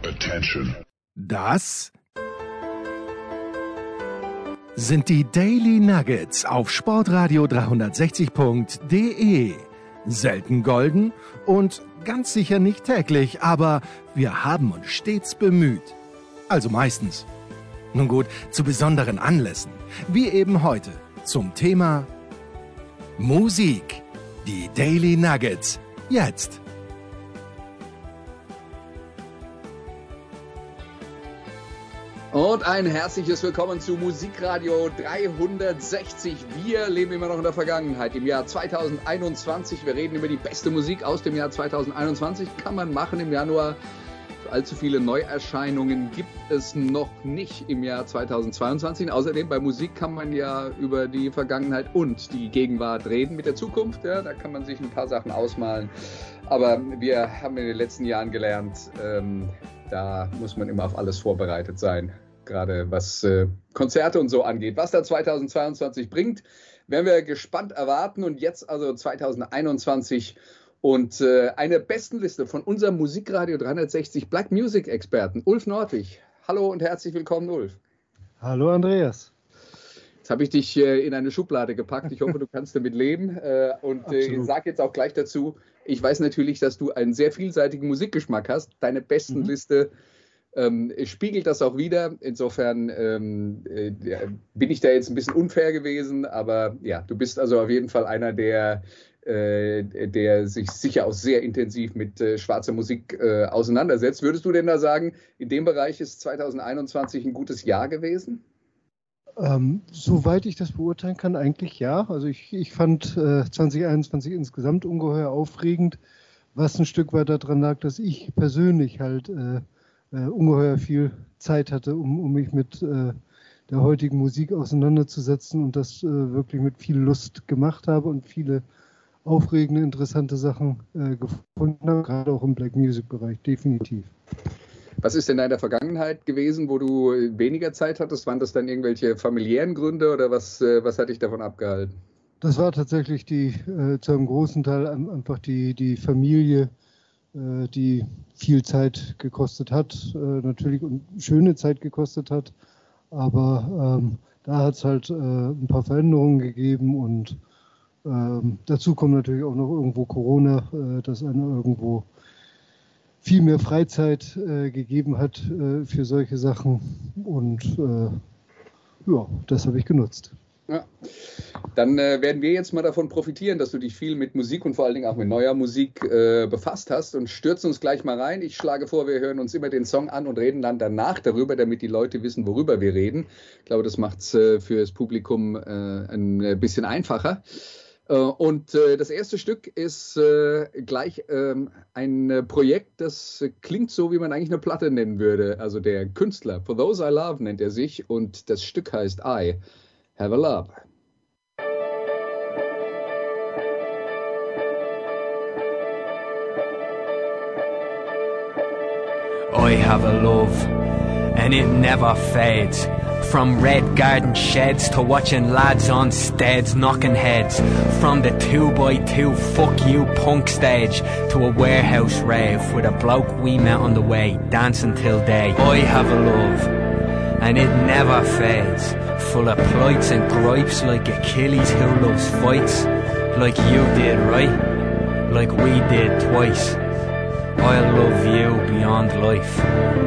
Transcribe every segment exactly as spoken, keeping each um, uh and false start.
Attention. Das sind die Daily Nuggets auf Sportradio dreihundertsechzig Punkt de. Selten golden und ganz sicher nicht täglich, aber wir haben uns stets bemüht. Also meistens. Nun gut, zu besonderen Anlässen, wie eben heute, zum Thema Musik. Die Daily Nuggets, jetzt. Und ein herzliches Willkommen zu Musikradio dreihundertsechzig. Wir leben immer noch in der Vergangenheit, im Jahr zweitausendeinundzwanzig. Wir reden über die beste Musik aus dem Jahr zweitausendeinundzwanzig. Kann man machen im Januar. Allzu viele Neuerscheinungen gibt es noch nicht im Jahr zweitausendzweiundzwanzig. Außerdem bei Musik kann man ja über die Vergangenheit und die Gegenwart reden. Mit der Zukunft, ja, da kann man sich ein paar Sachen ausmalen. Aber wir haben in den letzten Jahren gelernt, ähm, da muss man immer auf alles vorbereitet sein. Gerade was äh, Konzerte und so angeht. Was da zweitausendzweiundzwanzig bringt, werden wir gespannt erwarten. Und jetzt also zweitausendeinundzwanzig und äh, eine Bestenliste von unserem Musikradio dreihundertsechzig Black Music Experten, Ulf Nordwig. Hallo und herzlich willkommen, Ulf. Hallo, Andreas. Jetzt habe ich dich äh, in eine Schublade gepackt. Ich hoffe, du kannst damit leben. Äh, und äh, sage jetzt auch gleich dazu, ich weiß natürlich, dass du einen sehr vielseitigen Musikgeschmack hast. Deine Bestenliste mhm. ähm, spiegelt das auch wieder. Insofern ähm, äh, bin ich da jetzt ein bisschen unfair gewesen. Aber ja, du bist also auf jeden Fall einer, der der sich sicher auch sehr intensiv mit äh, schwarzer Musik äh, auseinandersetzt. Würdest du denn da sagen, in dem Bereich ist zweitausendeinundzwanzig ein gutes Jahr gewesen? Ähm, soweit ich das beurteilen kann, eigentlich ja. Also ich, ich fand äh, zweitausendeinundzwanzig insgesamt ungeheuer aufregend, was ein Stück weit daran lag, dass ich persönlich halt äh, äh, ungeheuer viel Zeit hatte, um, um mich mit äh, der heutigen Musik auseinanderzusetzen und das äh, wirklich mit viel Lust gemacht habe und viele aufregende, interessante Sachen äh, gefunden habe, gerade auch im Black Music Bereich, definitiv. Was ist denn in der Vergangenheit gewesen, wo du weniger Zeit hattest? Waren das dann irgendwelche familiären Gründe oder was, äh, was hat dich davon abgehalten? Das war tatsächlich die, äh, zu einem großen Teil einfach die, die Familie, äh, die viel Zeit gekostet hat, äh, natürlich und schöne Zeit gekostet hat, aber ähm, da hat es halt äh, ein paar Veränderungen gegeben und Ähm, dazu kommt natürlich auch noch irgendwo Corona, äh, das einer irgendwo viel mehr Freizeit äh, gegeben hat äh, für solche Sachen und äh, ja, das habe ich genutzt. Ja. Dann äh, werden wir jetzt mal davon profitieren, dass du dich viel mit Musik und vor allen Dingen auch mit neuer Musik äh, befasst hast und stürzen uns gleich mal rein. Ich schlage vor, wir hören uns immer den Song an und reden dann danach darüber, damit die Leute wissen, worüber wir reden. Ich glaube, das macht es äh, für das Publikum äh, ein bisschen einfacher. Und äh, das erste Stück ist äh, gleich ähm, ein Projekt, das klingt so, wie man eigentlich eine Platte nennen würde. Also der Künstler, For Those I Love nennt er sich und das Stück heißt I Have a Love. I have a love and it never fades. From red garden sheds to watching lads on steads knocking heads. From the two by two fuck you punk stage to a warehouse rave with a bloke we met on the way dancing till day. I have a love and it never fades. Full of plights and gripes like Achilles who loves fights. Like you did, right? Like we did twice. I love you beyond life.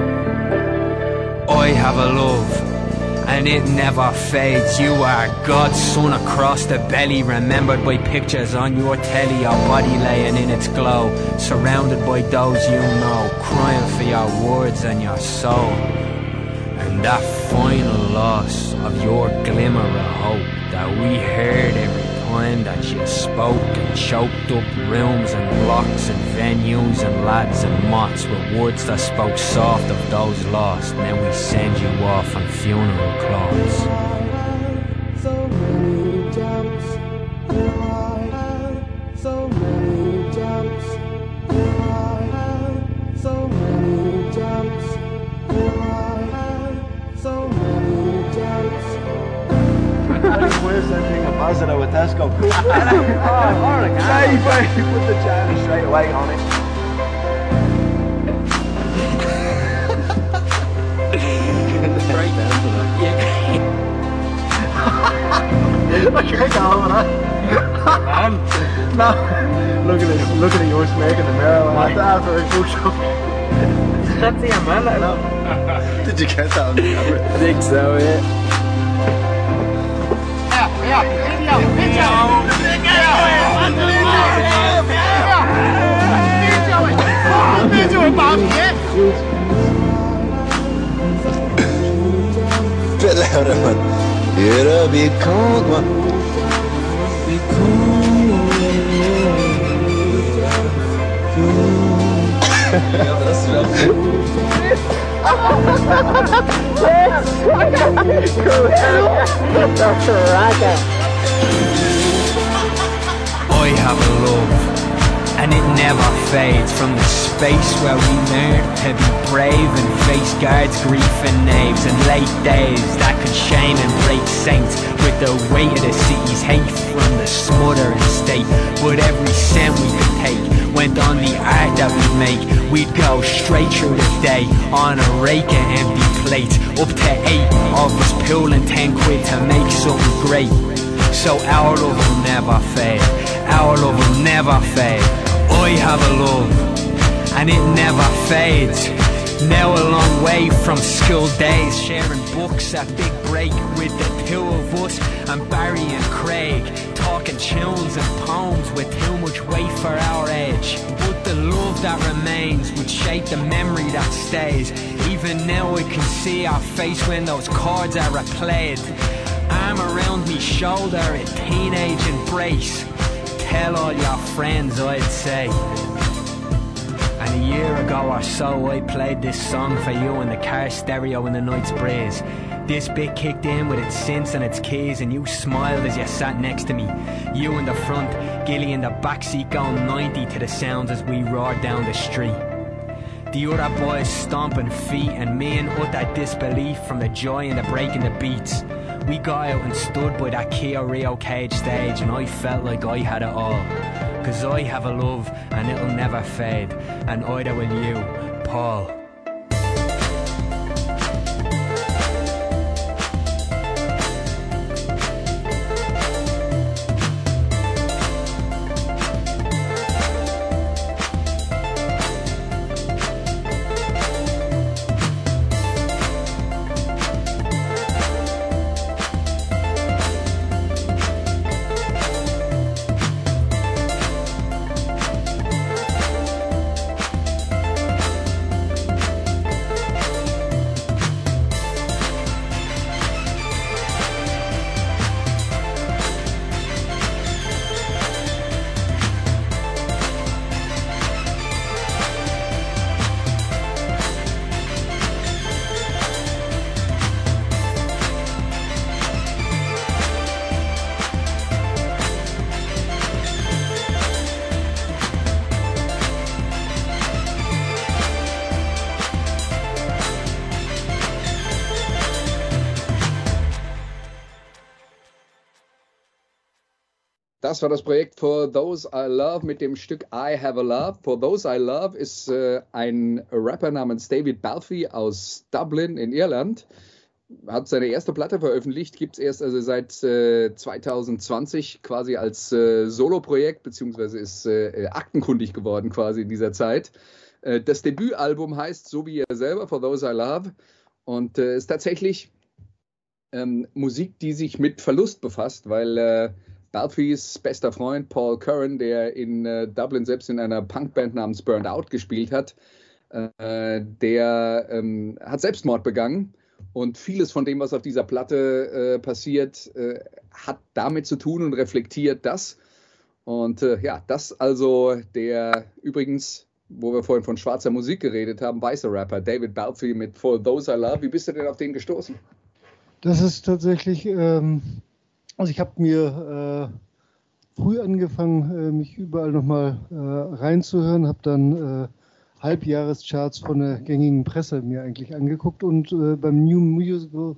I have a love and it never fades. You are God's son across the belly, remembered by pictures on your telly, your body laying in its glow, surrounded by those you know, crying for your words and your soul. And that final loss of your glimmer of hope that we heard every time that you spoke, and choked up rooms and blocks and venues and lads and mots with words that spoke soft of those lost. And then we send you off on funeral clothes. So many jumps, I have so many jumps, I have so many jumps, I have so many jumps. Where's that thing of Mazda with Tesco? Oh, Oregon. Hey, buddy, put the China straight away on it. on. No. Look at it. Look at it. You're smack in the mirror. Like that for a good show. That's the man. I know. Did you get that on the camera? I think so, yeah. Yeah, yeah. Video, video. Video, video, Bobby. Bit louder, man. It'll be cold, man. Be cold. Ja, das ist I have a love, and it never fades. From the space where we learn to be brave and face guards, grief and knaves, and late days that could shame and break saints with the weight of the city's hate from the smothering state. But every cent we could take went on the art that we make. We'd go straight through the day on a rake of empty plates, up to eight of us pulling ten quid to make something great. So our love will never fade, our love will never fade. I have a love, and it never fades. Now a long way from school days, sharing books at Big Break with the two of us and Barry and Craig, talking tunes and poems with too much weight for our age. But the love that remains would shape the memory that stays. Even now I can see our face when those chords are replayed. Arm around me shoulder, a teenage embrace. Tell all your friends, I'd say. And a year ago or so I played this song for you in the car stereo in the night's breeze. This bit kicked in with its synths and its keys, and you smiled as you sat next to me. You in the front, Gilly in the backseat going ninety to the sounds as we roared down the street. The other boys stomping feet and me in utter disbelief from the joy and the breaking the beats. We got out and stood by that Kia Rio cage stage, and I felt like I had it all. Cause I have a love and it'll never fade, and either will you, Paul. Das war das Projekt For Those I Love mit dem Stück I Have a Love. For Those I Love ist äh, ein Rapper namens David Balfe aus Dublin in Irland. Hat seine erste Platte veröffentlicht, gibt es erst also seit äh, zwanzig zwanzig quasi als äh, Soloprojekt, beziehungsweise ist äh, aktenkundig geworden quasi in dieser Zeit. Äh, das Debütalbum heißt so wie er selber, For Those I Love, und äh, ist tatsächlich ähm, Musik, die sich mit Verlust befasst, weil äh, Balfes bester Freund Paul Curran, der in äh, Dublin selbst in einer Punkband namens Burned Out gespielt hat, äh, der ähm, hat Selbstmord begangen, und vieles von dem, was auf dieser Platte äh, passiert, äh, hat damit zu tun und reflektiert das. Und äh, ja, das also der übrigens, wo wir vorhin von schwarzer Musik geredet haben, weißer Rapper David Balfe mit For Those I Love. Wie bist du denn auf den gestoßen? Das ist tatsächlich... Ähm Also ich habe mir äh, früh angefangen, äh, mich überall nochmal äh, reinzuhören, habe dann äh, Halbjahrescharts von der gängigen Presse mir eigentlich angeguckt, und äh, beim New Musical,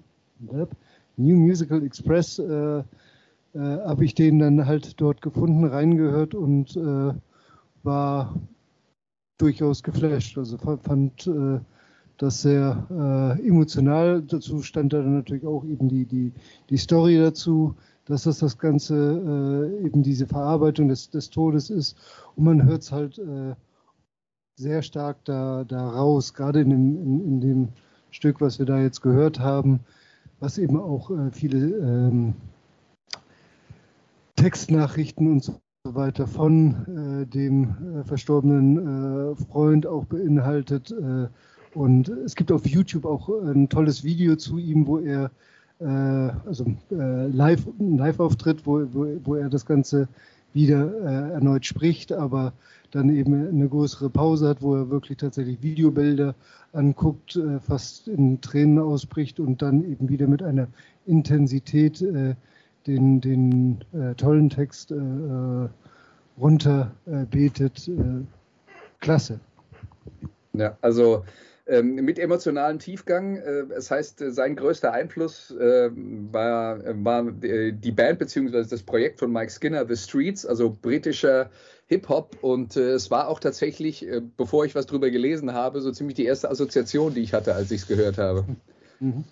New Musical Express äh, äh, habe ich den dann halt dort gefunden, reingehört und äh, war durchaus geflasht. Also fand äh, das sehr äh, emotional. Dazu stand da dann natürlich auch eben die, die, die Story dazu, dass das das Ganze äh, eben diese Verarbeitung des, des Todes ist. Und man hört es halt äh, sehr stark da, da raus, gerade in dem, in, in dem Stück, was wir da jetzt gehört haben, was eben auch äh, viele ähm, Textnachrichten und so weiter von äh, dem äh, verstorbenen äh, Freund auch beinhaltet. Äh, und es gibt auf YouTube auch ein tolles Video zu ihm, wo er äh, also äh, live, ein Live-Auftritt, wo, wo, wo er das Ganze wieder äh, erneut spricht, aber dann eben eine größere Pause hat, wo er wirklich tatsächlich Videobilder anguckt, äh, fast in Tränen ausbricht und dann eben wieder mit einer Intensität äh, den, den äh, tollen Text äh, runter äh, betet. Äh, klasse. Ja, also ähm, mit emotionalem Tiefgang. Äh, das heißt, sein größter Einfluss äh, war, war die Band bzw. das Projekt von Mike Skinner, The Streets, also britischer Hip-Hop. Und äh, es war auch tatsächlich, äh, bevor ich was drüber gelesen habe, so ziemlich die erste Assoziation, die ich hatte, als ich es gehört habe. Mhm.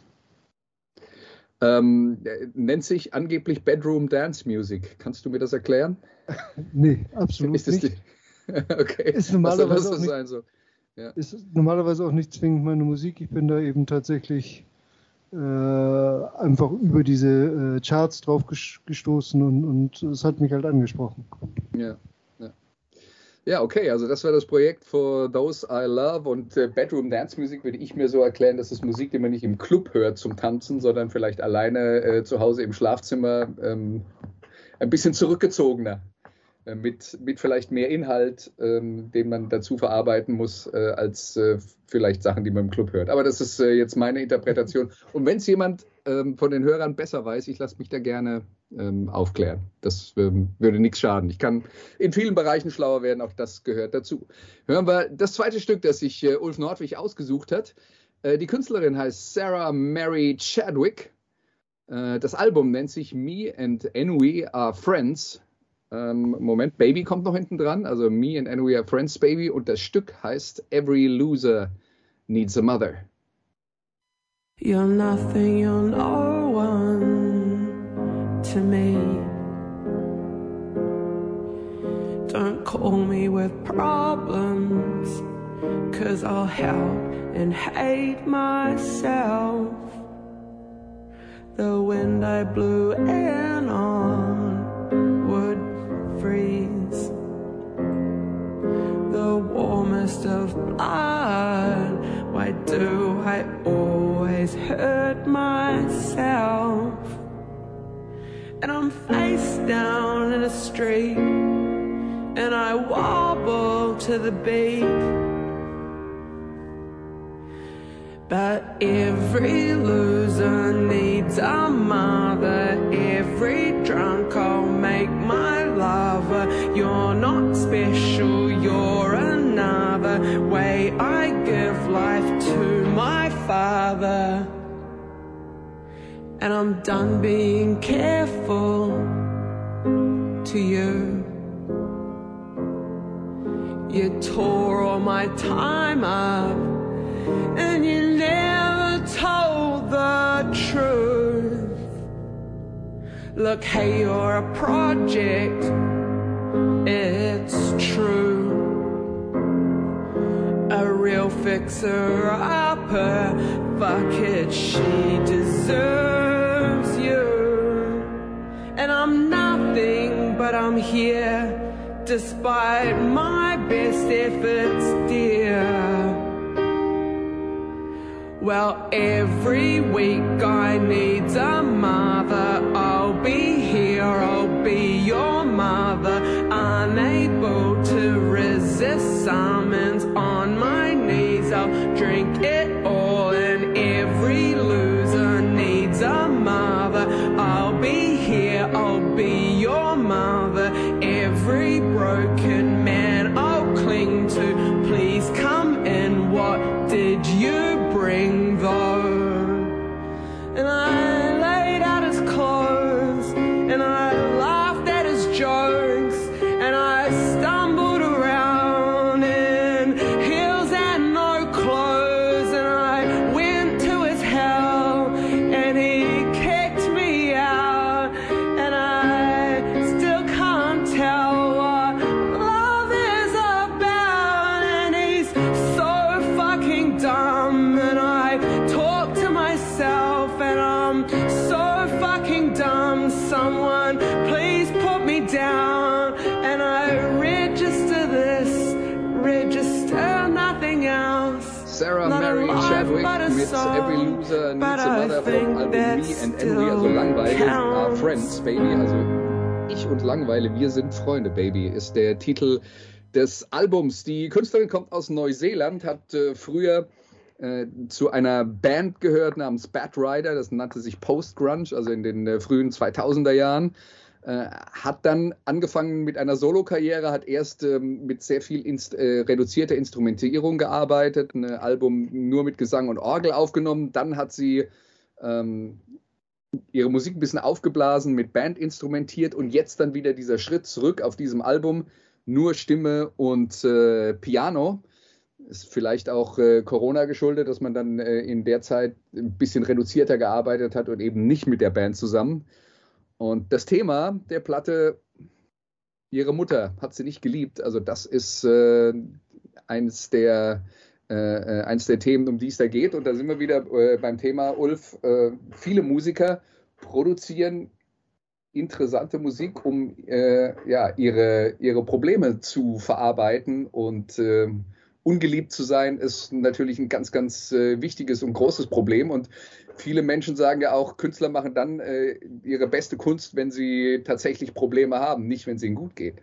Ähm, nennt sich angeblich Bedroom Dance Music. Kannst du mir das erklären? Nee, absolut ist das nicht. Die... okay. Ist normalerweise, Was soll das auch nicht, sein, so? Ja. Ist normalerweise auch nicht zwingend meine Musik. Ich bin da eben tatsächlich äh, einfach über diese äh, Charts drauf ges- gestoßen und, und es hat mich halt angesprochen. Ja. Ja, okay, also das war das Projekt For Those I Love und äh, Bedroom Dance Music würde ich mir so erklären, das ist Musik, die man nicht im Club hört zum Tanzen, sondern vielleicht alleine äh, zu Hause im Schlafzimmer, ähm, ein bisschen zurückgezogener, äh, mit, mit vielleicht mehr Inhalt, ähm, den man dazu verarbeiten muss, äh, als äh, vielleicht Sachen, die man im Club hört. Aber das ist äh, jetzt meine Interpretation. Und wenn es jemand ähm, von den Hörern besser weiß, ich lasse mich da gerne ähm, aufklären. Das ähm, würde nichts schaden. Ich kann in vielen Bereichen schlauer werden, auch das gehört dazu. Hören wir das zweite Stück, das sich äh, Ulf Nordwig ausgesucht hat. Äh, die Künstlerin heißt Sarah Mary Chadwick. Äh, das Album nennt sich Me and Ennui Are Friends. Ähm, Moment, Baby kommt noch hinten dran, also Me and Ennui Are Friends Baby, und das Stück heißt Every Loser Needs a Mother. You're nothing, you're no one to me. Don't call me with problems, 'cause I'll help and hate myself. The wind I blew in on would freeze. The warmest of blood, why do I always hurt myself? And I'm face down in a street, and I wobble to the beat. But every loser needs a mother. Every drunk I'll make my lover. You're not special, you're another way I give life to my father. And I'm done being careful to you. You tore all my time up, and you never told the truth. Look, hey, you're a project, it's true. A real fixer-upper, fuck it, she deserves you. And I'm nothing, but I'm here, despite my best efforts, dear. Well, every week I need a mother. I'll be here, I'll be your mother. Unable to resist summons on my knees. I'll drink it all, and every loser needs a mother. I'll be here, I'll be your mother. Every broken man I'll cling to. Please come in, what did you bring though? And I laid out his clothes, and I laughed at his jokes, and I stumbled around in heels and no clothes, and I went to his hell, and he kicked me out, and Sarah Mary Chadwick mit Every Loser Needs a Mother vom Album Me and Envy, also Langweile are Friends, Baby, also ich und Langweile, wir sind Freunde, Baby, ist der Titel des Albums. Die Künstlerin kommt aus Neuseeland, hat äh, früher äh, zu einer Band gehört namens Bad Rider, das nannte sich Post-Grunge, also in den äh, frühen zweitausender Jahren. Äh, hat dann angefangen mit einer Solokarriere, hat erst ähm, mit sehr viel inst äh, reduzierter Instrumentierung gearbeitet, ein Album nur mit Gesang und Orgel aufgenommen. Dann hat sie ähm, ihre Musik ein bisschen aufgeblasen, mit Band instrumentiert und jetzt dann wieder dieser Schritt zurück auf diesem Album, nur Stimme und äh, Piano. Ist vielleicht auch äh, Corona geschuldet, dass man dann äh, in der Zeit ein bisschen reduzierter gearbeitet hat und eben nicht mit der Band zusammen. Und das Thema der Platte, ihre Mutter hat sie nicht geliebt. Also das ist äh, eins, der, äh, eins der Themen, um die es da geht. Und da sind wir wieder äh, beim Thema, Ulf. Äh, viele Musiker produzieren interessante Musik, um äh, ja, ihre, ihre Probleme zu verarbeiten. Und äh, ungeliebt zu sein ist natürlich ein ganz, ganz äh, wichtiges und großes Problem. Und viele Menschen sagen ja auch, Künstler machen dann äh, ihre beste Kunst, wenn sie tatsächlich Probleme haben, nicht wenn es ihnen gut geht.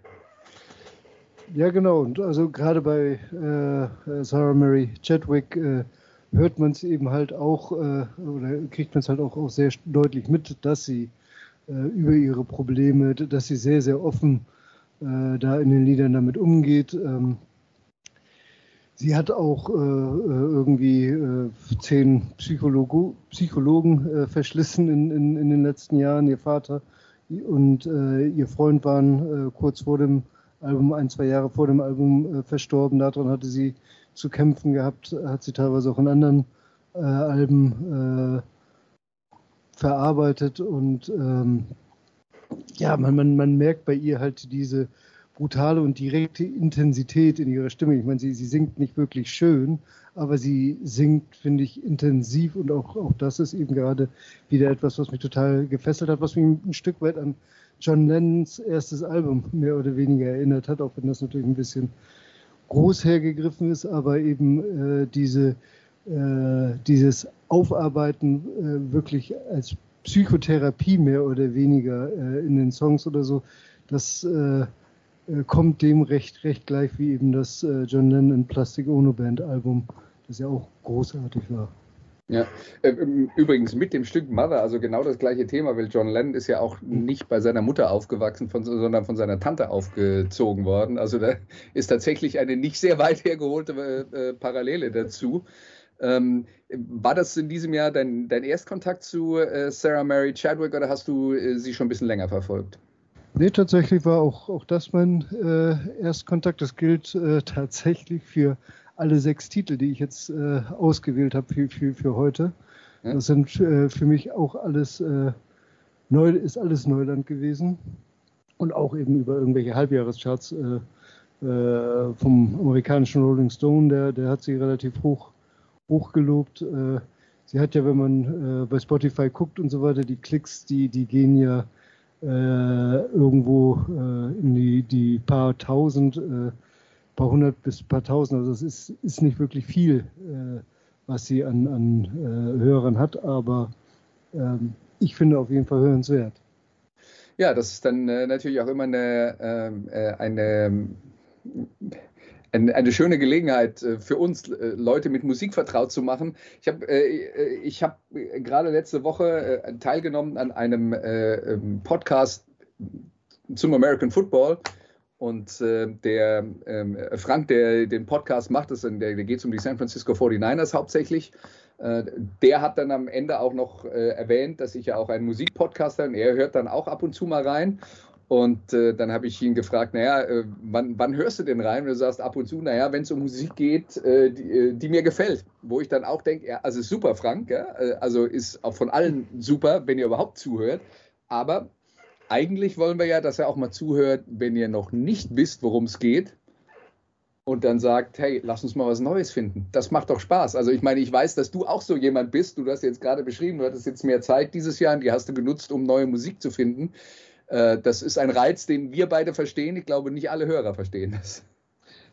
Ja, genau. Und also gerade bei äh, Sarah Mary Chadwick äh, hört man es eben halt auch, äh, oder kriegt man es halt auch, auch sehr deutlich mit, dass sie äh, über ihre Probleme, dass sie sehr, sehr offen äh, da in den Liedern damit umgeht. Ähm, Sie hat auch äh, irgendwie äh, zehn Psychologo Psychologen äh, verschlissen in, in, in den letzten Jahren. Ihr Vater und äh, ihr Freund waren äh, kurz vor dem Album, ein, zwei Jahre vor dem Album äh, verstorben. Daran hatte sie zu kämpfen gehabt, hat sie teilweise auch in anderen äh, Alben äh, verarbeitet. Und ähm, ja, man, man, man merkt bei ihr halt diese brutale und direkte Intensität in ihrer Stimme. Ich meine, sie, sie singt nicht wirklich schön, aber sie singt, finde ich, intensiv und auch, auch das ist eben gerade wieder etwas, was mich total gefesselt hat, was mich ein Stück weit an John Lennons erstes Album mehr oder weniger erinnert hat, auch wenn das natürlich ein bisschen groß hergegriffen ist, aber eben äh, diese, äh, dieses Aufarbeiten äh, wirklich als Psychotherapie mehr oder weniger äh, in den Songs oder so, das äh, kommt dem recht, recht gleich wie eben das äh, John Lennon Plastic Ono Band Album, das ja auch großartig war. Ja, übrigens mit dem Stück Mother, also genau das gleiche Thema, weil John Lennon ist ja auch nicht bei seiner Mutter aufgewachsen, von, sondern von seiner Tante aufgezogen worden. Also da ist tatsächlich eine nicht sehr weit hergeholte äh, Parallele dazu. Ähm, war das in diesem Jahr dein, dein Erstkontakt zu äh, Sarah Mary Chadwick oder hast du äh, sie schon ein bisschen länger verfolgt? Nee, tatsächlich war auch, auch das mein äh, Erstkontakt. Das gilt äh, tatsächlich für alle sechs Titel, die ich jetzt äh, ausgewählt habe für, für, für heute. Ja. Das sind äh, für mich auch alles, äh, neu, ist alles Neuland gewesen. Und auch eben über irgendwelche Halbjahrescharts äh, äh, vom amerikanischen Rolling Stone, der, der hat sie relativ hoch, hoch gelobt. Äh, sie hat ja, wenn man äh, bei Spotify guckt und so weiter, die Klicks, die, die gehen ja Äh, irgendwo äh, in die, die paar tausend, äh, paar hundert bis paar tausend. Also es ist, ist nicht wirklich viel, äh, was sie an, an äh, Hörern hat, aber ähm, ich finde auf jeden Fall hörenswert. Ja, das ist dann äh, natürlich auch immer eine, äh, eine eine schöne Gelegenheit für uns, Leute mit Musik vertraut zu machen. Ich habe ich hab gerade letzte Woche teilgenommen an einem Podcast zum American Football und der Frank, der den Podcast macht, das, der, der geht um die San Francisco forty-niners hauptsächlich. Der hat dann am Ende auch noch erwähnt, dass ich ja auch einen Musikpodcast habe und er hört dann auch ab und zu mal rein. Und äh, dann habe ich ihn gefragt, naja, äh, wann, wann hörst du denn rein? Und du sagst ab und zu, naja, wenn es um Musik geht, äh, die, die mir gefällt. Wo ich dann auch denke, ja, also super, Frank, ja? Also ist auch von allen super, wenn ihr überhaupt zuhört. Aber eigentlich wollen wir ja, dass er auch mal zuhört, wenn ihr noch nicht wisst, worum es geht. Und dann sagt, hey, lass uns mal was Neues finden. Das macht doch Spaß. Also ich meine, ich weiß, dass du auch so jemand bist. Du hast jetzt gerade beschrieben, du hattest jetzt mehr Zeit dieses Jahr und die hast du genutzt, um neue Musik zu finden. Das ist ein Reiz, den wir beide verstehen. Ich glaube, nicht alle Hörer verstehen das.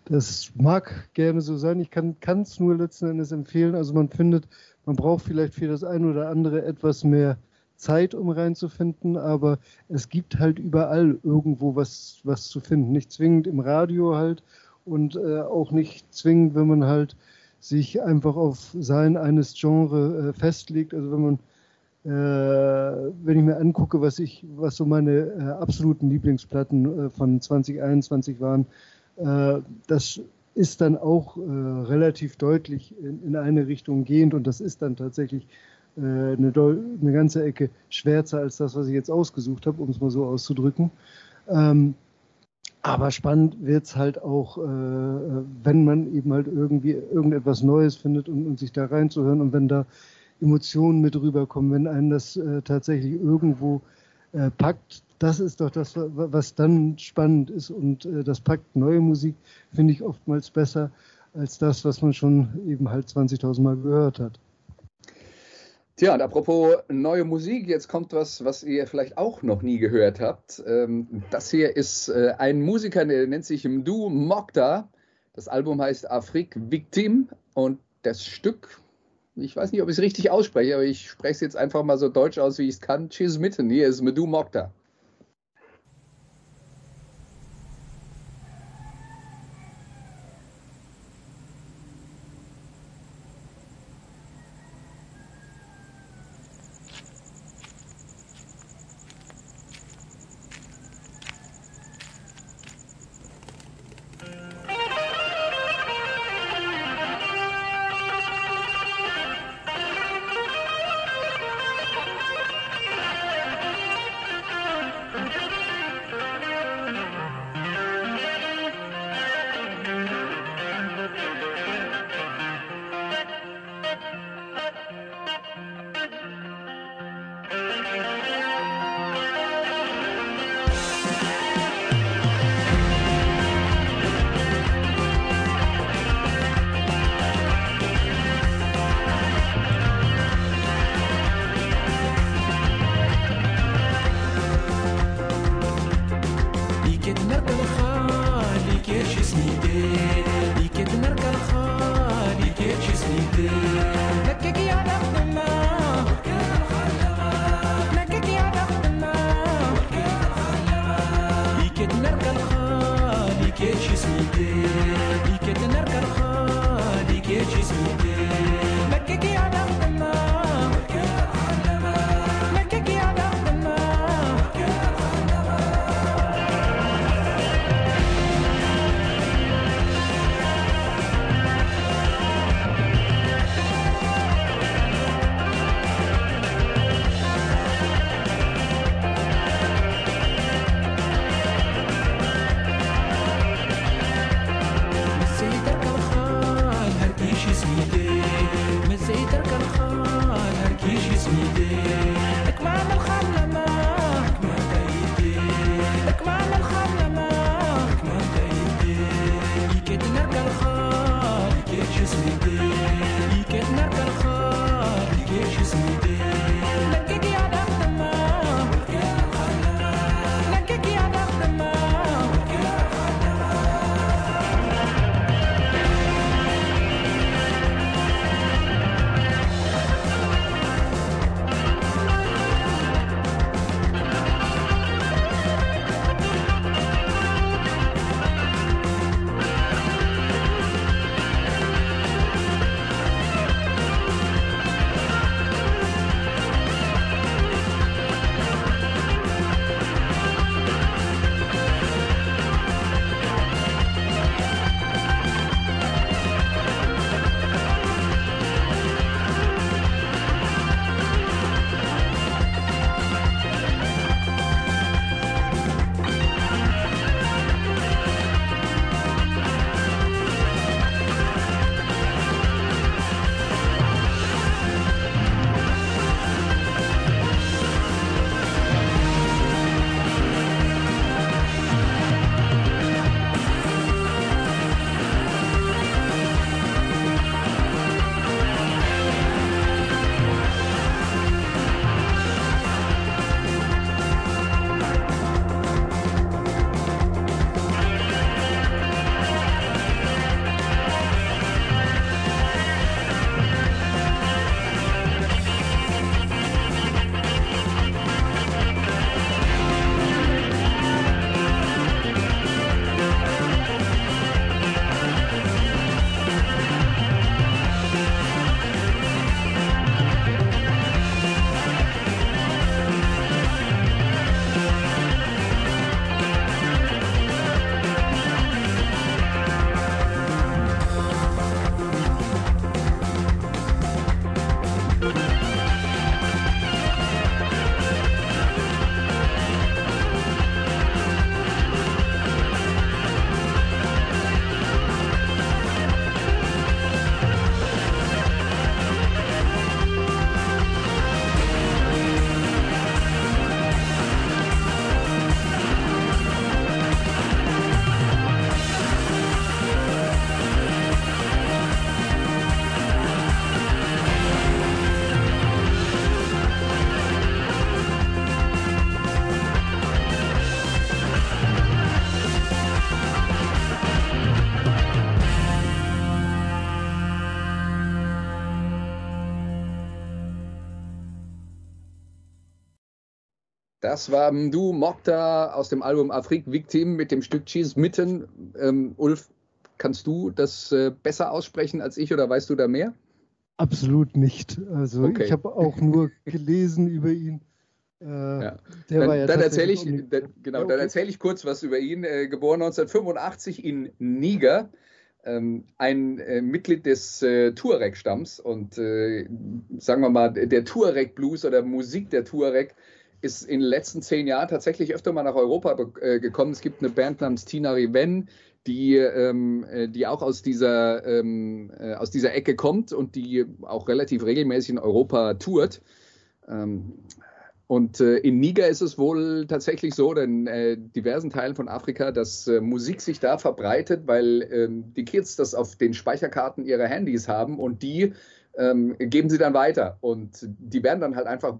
Das mag gerne so sein. Ich kann es nur letzten Endes empfehlen. Also man findet, man braucht vielleicht für das eine oder andere etwas mehr Zeit, um reinzufinden, aber es gibt halt überall irgendwo was, was zu finden. Nicht zwingend im Radio halt und äh, auch nicht zwingend, wenn man halt sich einfach auf sein eines Genre äh, festlegt. Also wenn man, äh, wenn ich mir angucke, was ich, was so meine äh, absoluten Lieblingsplatten äh, von zwanzig einundzwanzig waren, äh, das ist dann auch äh, relativ deutlich in, in eine Richtung gehend und das ist dann tatsächlich äh, eine, eine ganze Ecke schwärzer als das, was ich jetzt ausgesucht habe, um es mal so auszudrücken. Ähm, Aber spannend wird es halt auch, äh, wenn man eben halt irgendwie irgendetwas Neues findet und, und sich da reinzuhören und wenn da Emotionen mit rüberkommen, wenn einen das äh, tatsächlich irgendwo äh, packt. Das ist doch das, was dann spannend ist und äh, das packt neue Musik, finde ich oftmals besser als das, was man schon eben halt zwanzigtausend Mal gehört hat. Tja, und apropos neue Musik, jetzt kommt was, was ihr vielleicht auch noch nie gehört habt. Das hier ist ein Musiker, der nennt sich Mdou Mocta. Das Album heißt Afrique Victime und das Stück, ich weiß nicht, ob ich es richtig ausspreche, aber ich spreche es jetzt einfach mal so deutsch aus, wie ich es kann. Tschüss mitten, hier ist Mdou Mocta. Das war Mdou Moctar aus dem Album Afrique Victime mit dem Stück Cheese Mitten. Ähm, Ulf, kannst du das äh, besser aussprechen als ich oder weißt du da mehr? Absolut nicht. Also okay. Ich habe auch nur gelesen über ihn. Äh, ja. Der dann, war ja dann erzähle ich, dann, genau, ja, okay. dann erzähle ich kurz was über ihn. Äh, geboren neunzehnhundertfünfundachtzig in Niger. Ähm, ein äh, Mitglied des äh, Tuareg-Stamms und äh, sagen wir mal, der Tuareg-Blues oder Musik der Tuareg ist in den letzten zehn Jahren tatsächlich öfter mal nach Europa äh, gekommen. Es gibt eine Band namens Tina Riven, die, ähm, die auch aus dieser, ähm, äh, aus dieser Ecke kommt und die auch relativ regelmäßig in Europa tourt. Ähm, Und äh, in Niger ist es wohl tatsächlich so, in äh, diversen Teilen von Afrika, dass äh, Musik sich da verbreitet, weil ähm, die Kids das auf den Speicherkarten ihrer Handys haben und die ähm, geben sie dann weiter. Und die werden dann halt einfach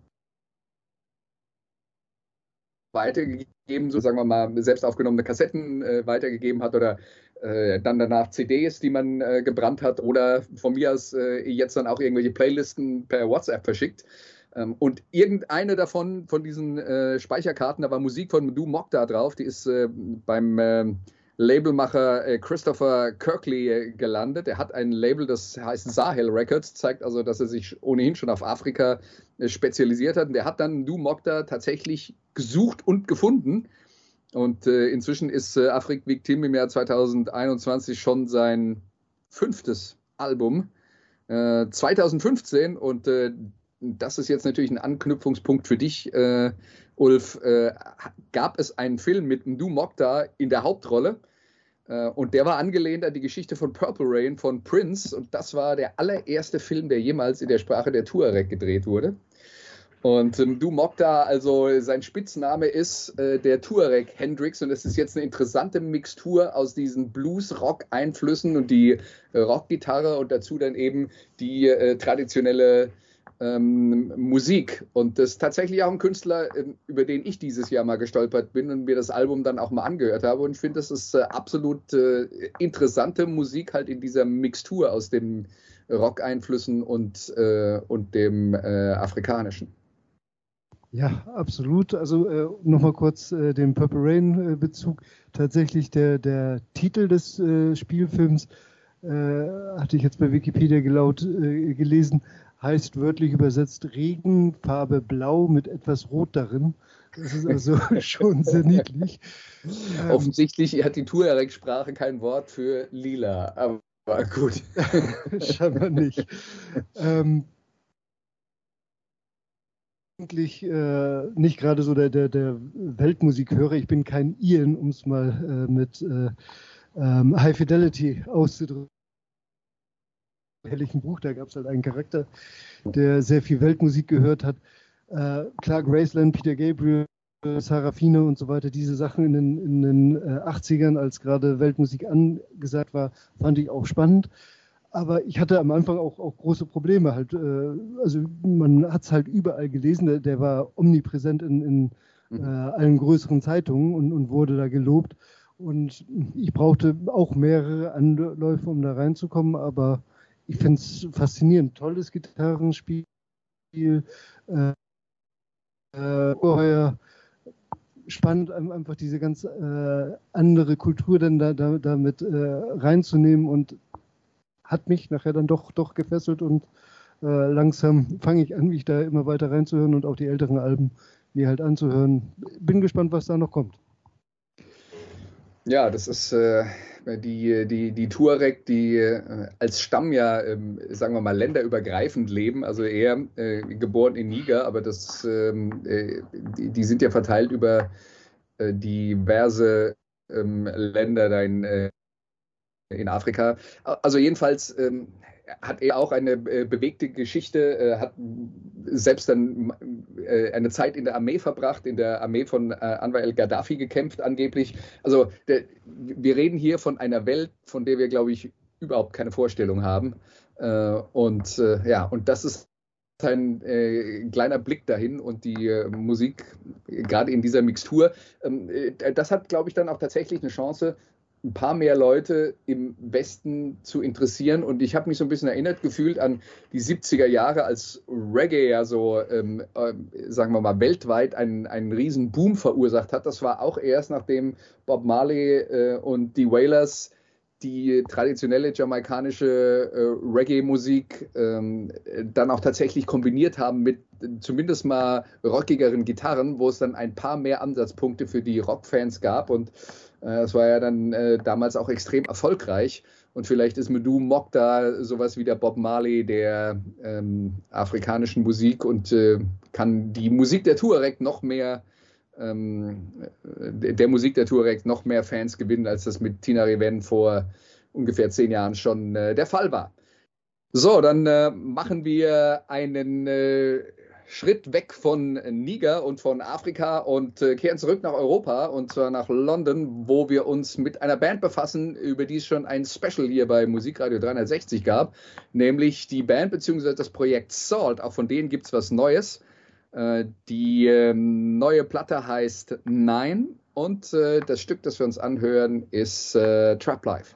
weitergegeben, so sagen wir mal, selbst aufgenommene Kassetten äh, weitergegeben hat oder äh, dann danach C Ds, die man äh, gebrannt hat oder von mir aus äh, jetzt dann auch irgendwelche Playlisten per WhatsApp verschickt. Und irgendeine davon, von diesen äh, Speicherkarten, da war Musik von Mdou Moctar drauf, die ist äh, beim äh, Labelmacher äh, Christopher Kirkley äh, gelandet. Er hat ein Label, das heißt Sahel Records, zeigt also, dass er sich ohnehin schon auf Afrika äh, spezialisiert hat. Und der hat dann Mdou Moctar tatsächlich gesucht und gefunden. Und äh, inzwischen ist äh, Afrique Victime im Jahr zweitausendeinundzwanzig schon sein fünftes Album. Äh, zweitausendfünfzehn und äh, das ist jetzt natürlich ein Anknüpfungspunkt für dich, äh, Ulf. Äh, gab es einen Film mit Mdou Moctar in der Hauptrolle äh, und der war angelehnt an die Geschichte von Purple Rain von Prince und das war der allererste Film, der jemals in der Sprache der Tuareg gedreht wurde. Und äh, Mdou Moctar, also sein Spitzname ist äh, der Tuareg Hendrix und das ist jetzt eine interessante Mixtur aus diesen Blues-Rock-Einflüssen und die äh, Rockgitarre und dazu dann eben die äh, traditionelle Ähm, Musik. Und das ist tatsächlich auch ein Künstler, ähm, über den ich dieses Jahr mal gestolpert bin und mir das Album dann auch mal angehört habe. Und ich finde, das ist äh, absolut äh, interessante Musik halt in dieser Mixtur aus den Rock-Einflüssen und, äh, und dem äh, Afrikanischen. Ja, absolut. Also äh, nochmal kurz äh, den Purple Rain äh, Bezug. Tatsächlich der, der Titel des äh, Spielfilms, äh, hatte ich jetzt bei Wikipedia gelaut, äh, gelesen, heißt wörtlich übersetzt Regenfarbe blau mit etwas Rot darin. Das ist also schon sehr niedlich. Offensichtlich hat die Tuareg-Sprache kein Wort für lila, aber gut. Scheinbar nicht. ähm, eigentlich äh, nicht gerade so der, der, der Weltmusikhörer. Ich bin kein Ian, um es mal äh, mit äh, ähm, High Fidelity auszudrücken. Herrlichen Buch, da gab es halt einen Charakter, der sehr viel Weltmusik gehört hat. Äh, klar, Graceland, Peter Gabriel, Sarafine und so weiter, diese Sachen in den, in den äh, achtzigern, als gerade Weltmusik angesagt war, fand ich auch spannend. Aber ich hatte am Anfang auch, auch große Probleme. Halt, äh, also man hat es halt überall gelesen, der, der war omnipräsent in, in mhm. äh, allen größeren Zeitungen und, und wurde da gelobt. Und ich brauchte auch mehrere Anläufe, um da reinzukommen, aber ich finde es faszinierend. Tolles Gitarrenspiel, äh, äh, ungeheuer spannend, einfach diese ganz äh, andere Kultur dann da, da, damit äh, reinzunehmen und hat mich nachher dann doch, doch gefesselt und äh, langsam fange ich an, mich da immer weiter reinzuhören und auch die älteren Alben mir halt anzuhören. Bin gespannt, was da noch kommt. Ja, das ist äh, die, die, die Tuareg, die äh, als Stamm ja, äh, sagen wir mal, länderübergreifend leben, also eher äh, geboren in Niger, aber das, ähm, äh, die, die sind ja verteilt über äh, diverse ähm, Länder da in, äh, in Afrika. Also jedenfalls ähm, hat er auch eine äh, bewegte Geschichte, äh, hat selbst dann äh, eine Zeit in der Armee verbracht, in der Armee von äh, Anwar el-Gaddafi gekämpft angeblich. Also der, wir reden hier von einer Welt, von der wir, glaube ich, überhaupt keine Vorstellung haben. Äh, und äh, ja, und das ist ein äh, kleiner Blick dahin und die äh, Musik, gerade in dieser Mixtur, ähm, äh, das hat, glaube ich, dann auch tatsächlich eine Chance, ein paar mehr Leute im Westen zu interessieren. Und ich habe mich so ein bisschen erinnert gefühlt an die siebziger Jahre, als Reggae ja so, ähm, äh, sagen wir mal, weltweit einen, einen riesen Boom verursacht hat. Das war auch erst, nachdem Bob Marley äh, und die Wailers die traditionelle jamaikanische äh, Reggae-Musik ähm, dann auch tatsächlich kombiniert haben mit zumindest mal rockigeren Gitarren, wo es dann ein paar mehr Ansatzpunkte für die Rockfans gab. Und äh, das war ja dann äh, damals auch extrem erfolgreich. Und vielleicht ist Mdou Mok da sowas wie der Bob Marley der ähm, afrikanischen Musik und äh, kann die Musik der Tuareg noch mehr Ähm, der Musik der Tuareg noch mehr Fans gewinnen, als das mit Tina Reven vor ungefähr zehn Jahren schon äh, der Fall war. So, dann äh, machen wir einen äh, Schritt weg von Niger und von Afrika und äh, kehren zurück nach Europa, und zwar nach London, wo wir uns mit einer Band befassen, über die es schon ein Special hier bei Musikradio dreihundertsechzig gab, nämlich die Band bzw. das Projekt Salt. Auch von denen gibt es was Neues. Die äh, neue Platte heißt Nein, und äh, das Stück, das wir uns anhören, ist äh, Trap Life.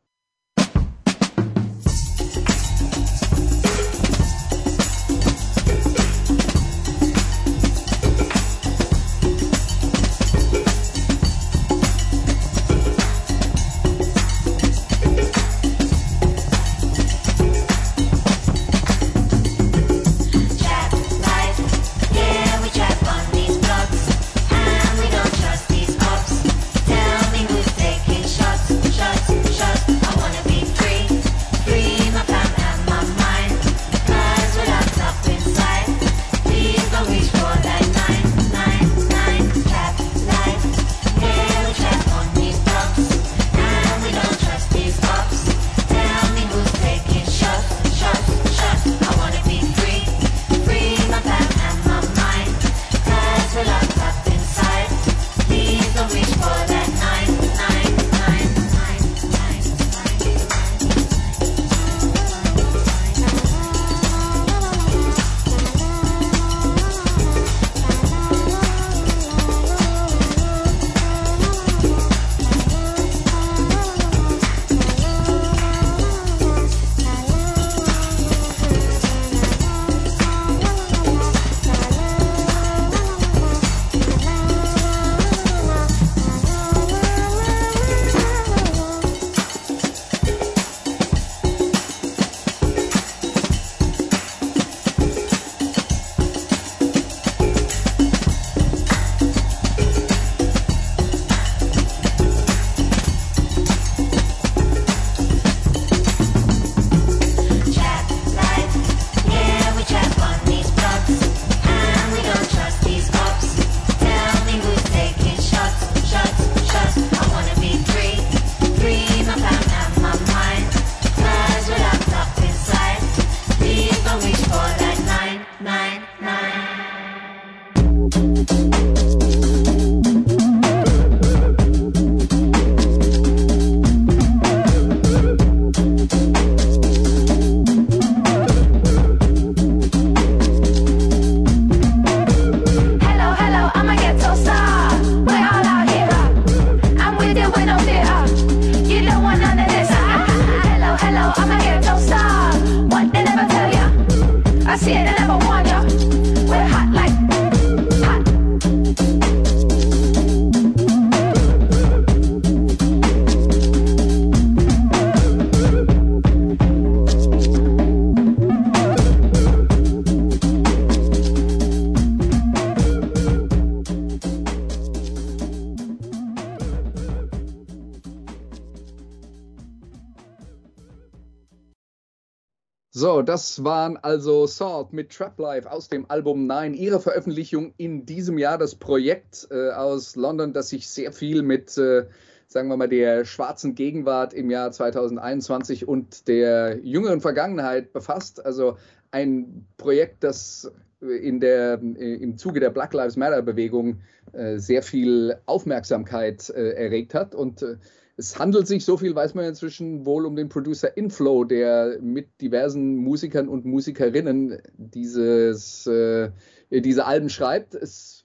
So, das waren also Salt mit Trap Life aus dem Album Nine. Ihre Veröffentlichung in diesem Jahr, das Projekt äh, aus London, das sich sehr viel mit, äh, sagen wir mal, der schwarzen Gegenwart im Jahr zweitausendeinundzwanzig und der jüngeren Vergangenheit befasst. Also ein Projekt, das in der, im Zuge der Black Lives Matter Bewegung äh, sehr viel Aufmerksamkeit äh, erregt hat. Und äh, es handelt sich, so viel weiß man inzwischen, wohl um den Producer Inflow, der mit diversen Musikern und Musikerinnen dieses, äh, diese Alben schreibt. Es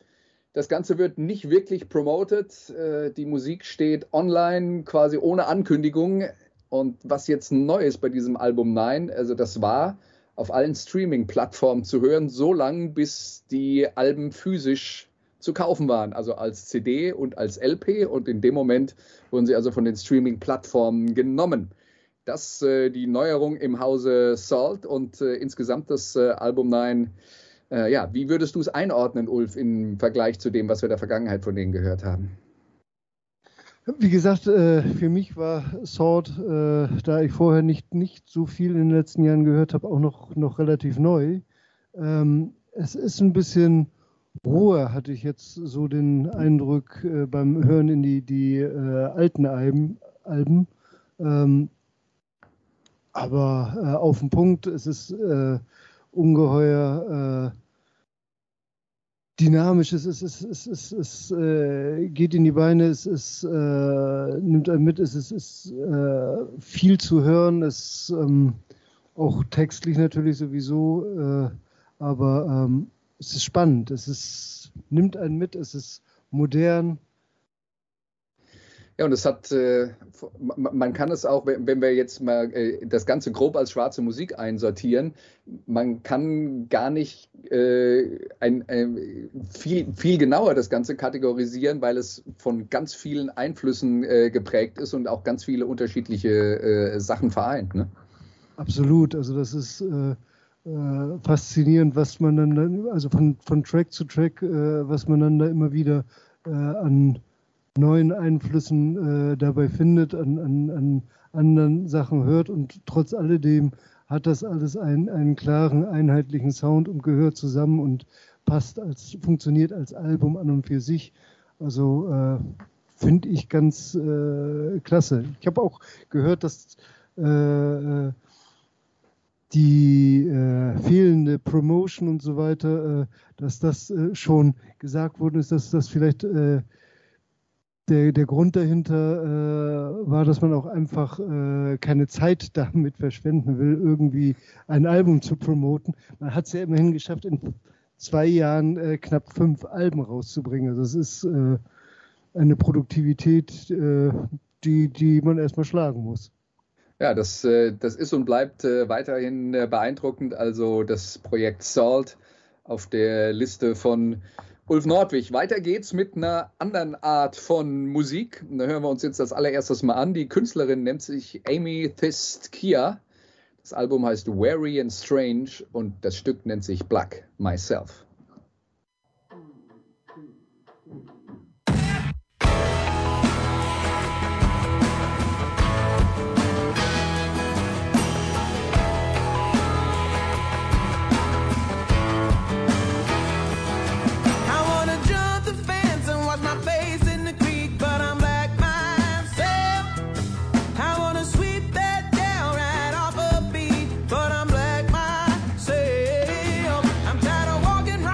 Das Ganze wird nicht wirklich promoted. Die Musik steht online, quasi ohne Ankündigung. Und was jetzt neu ist bei diesem Album Nine, also das war auf allen Streaming-Plattformen zu hören, so lange, bis die Alben physisch zu kaufen waren, also als C D und als L P. Und in dem Moment wurden sie also von den Streaming-Plattformen genommen. Das äh, die Neuerung im Hause Salt und äh, insgesamt das äh, Album Nine. Äh, ja, wie würdest du es einordnen, Ulf, im Vergleich zu dem, was wir in der Vergangenheit von denen gehört haben? Wie gesagt, äh, für mich war Salt, äh, da ich vorher nicht, nicht so viel in den letzten Jahren gehört habe, auch noch, noch relativ neu. Ähm, es ist ein bisschen roher, hatte ich jetzt so den Eindruck äh, beim Hören in die, die äh, alten Alben. Alben. Ähm, aber äh, auf den Punkt, es ist äh, ungeheuer äh, dynamisch, es, ist, es, ist, es, ist, es äh, geht in die Beine, es, ist, äh, nimmt einen mit, es ist, es ist äh, viel zu hören, es ähm, auch textlich natürlich sowieso, äh, aber ähm, es ist spannend, es ist, nimmt einen mit, es ist modern. Ja, und es hat, äh, man kann es auch, wenn wir jetzt mal äh, das Ganze grob als schwarze Musik einsortieren, man kann gar nicht äh, ein, ein, viel, viel genauer das Ganze kategorisieren, weil es von ganz vielen Einflüssen äh, geprägt ist und auch ganz viele unterschiedliche äh, Sachen vereint. Ne? Absolut, also das ist äh, äh, faszinierend, was man dann, also von, von Track zu Track, äh, was man dann da immer wieder äh, an neuen Einflüssen äh, dabei findet, an, an, an anderen Sachen hört und trotz alledem hat das alles einen, einen klaren, einheitlichen Sound und gehört zusammen und passt als, funktioniert als Album an und für sich. Also äh, finde ich ganz äh, klasse. Ich habe auch gehört, dass äh, die äh, fehlende Promotion und so weiter, äh, dass das äh, schon gesagt worden ist, dass das vielleicht äh, Der, der Grund dahinter äh, war, dass man auch einfach äh, keine Zeit damit verschwenden will, irgendwie ein Album zu promoten. Man hat es ja immerhin geschafft, in zwei Jahren äh, knapp fünf Alben rauszubringen. Also das ist äh, eine Produktivität, äh, die, die man erstmal schlagen muss. Ja, das, äh, das ist und bleibt äh, weiterhin äh, beeindruckend. Also das Projekt Salt auf der Liste von Ulf Nordwig. Weiter geht's mit einer anderen Art von Musik. Da hören wir uns jetzt als allererstes mal an. Die Künstlerin nennt sich Amy Thistkia. Das Album heißt Wary and Strange und das Stück nennt sich Black Myself. But I'm black myself. I'm tired of walking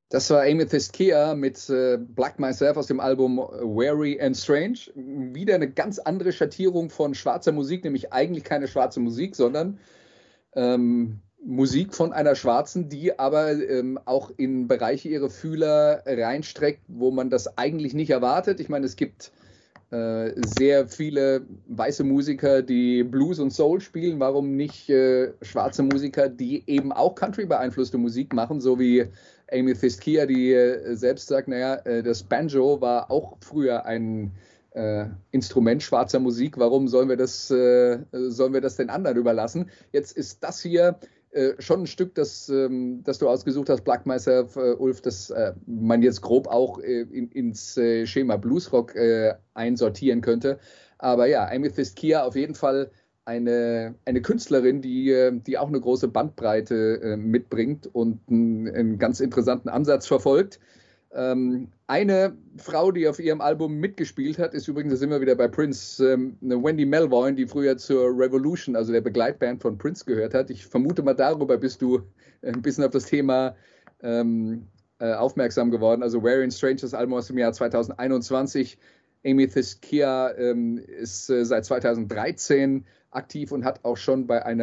Das war Amethyst Kia mit äh, Black Myself aus dem Album Wary and Strange. Wieder eine ganz andere Schattierung von schwarzer Musik, nämlich eigentlich keine schwarze Musik, sondern ähm, Musik von einer Schwarzen, die aber ähm, auch in Bereiche ihre Fühler reinstreckt, wo man das eigentlich nicht erwartet. Ich meine, es gibt äh, sehr viele weiße Musiker, die Blues und Soul spielen. Warum nicht äh, schwarze Musiker, die eben auch Country beeinflusste Musik machen, so wie Amethyst Kia, die äh, selbst sagt, naja, äh, das Banjo war auch früher ein äh, Instrument schwarzer Musik. Warum sollen wir das, äh, sollen wir das den anderen überlassen? Jetzt ist das hier äh, schon ein Stück, das, ähm, das du ausgesucht hast, Black Myself, äh, Ulf, das äh, man jetzt grob auch äh, in, ins äh, Schema Bluesrock äh, einsortieren könnte. Aber ja, Amethyst Kia auf jeden Fall Eine, eine Künstlerin, die, die auch eine große Bandbreite äh, mitbringt und einen, einen ganz interessanten Ansatz verfolgt. Ähm, eine Frau, die auf ihrem Album mitgespielt hat, ist übrigens, da sind wir wieder bei Prince, ähm, eine Wendy Melvoin, die früher zur Revolution, also der Begleitband von Prince, gehört hat. Ich vermute mal, darüber bist du ein bisschen auf das Thema ähm, äh, aufmerksam geworden. Also Wary and Strange, das Album aus dem Jahr zweitausendeinundzwanzig. Amethyst Kia ähm, ist äh, seit zweitausenddreizehn aktiv und hat auch schon bei einer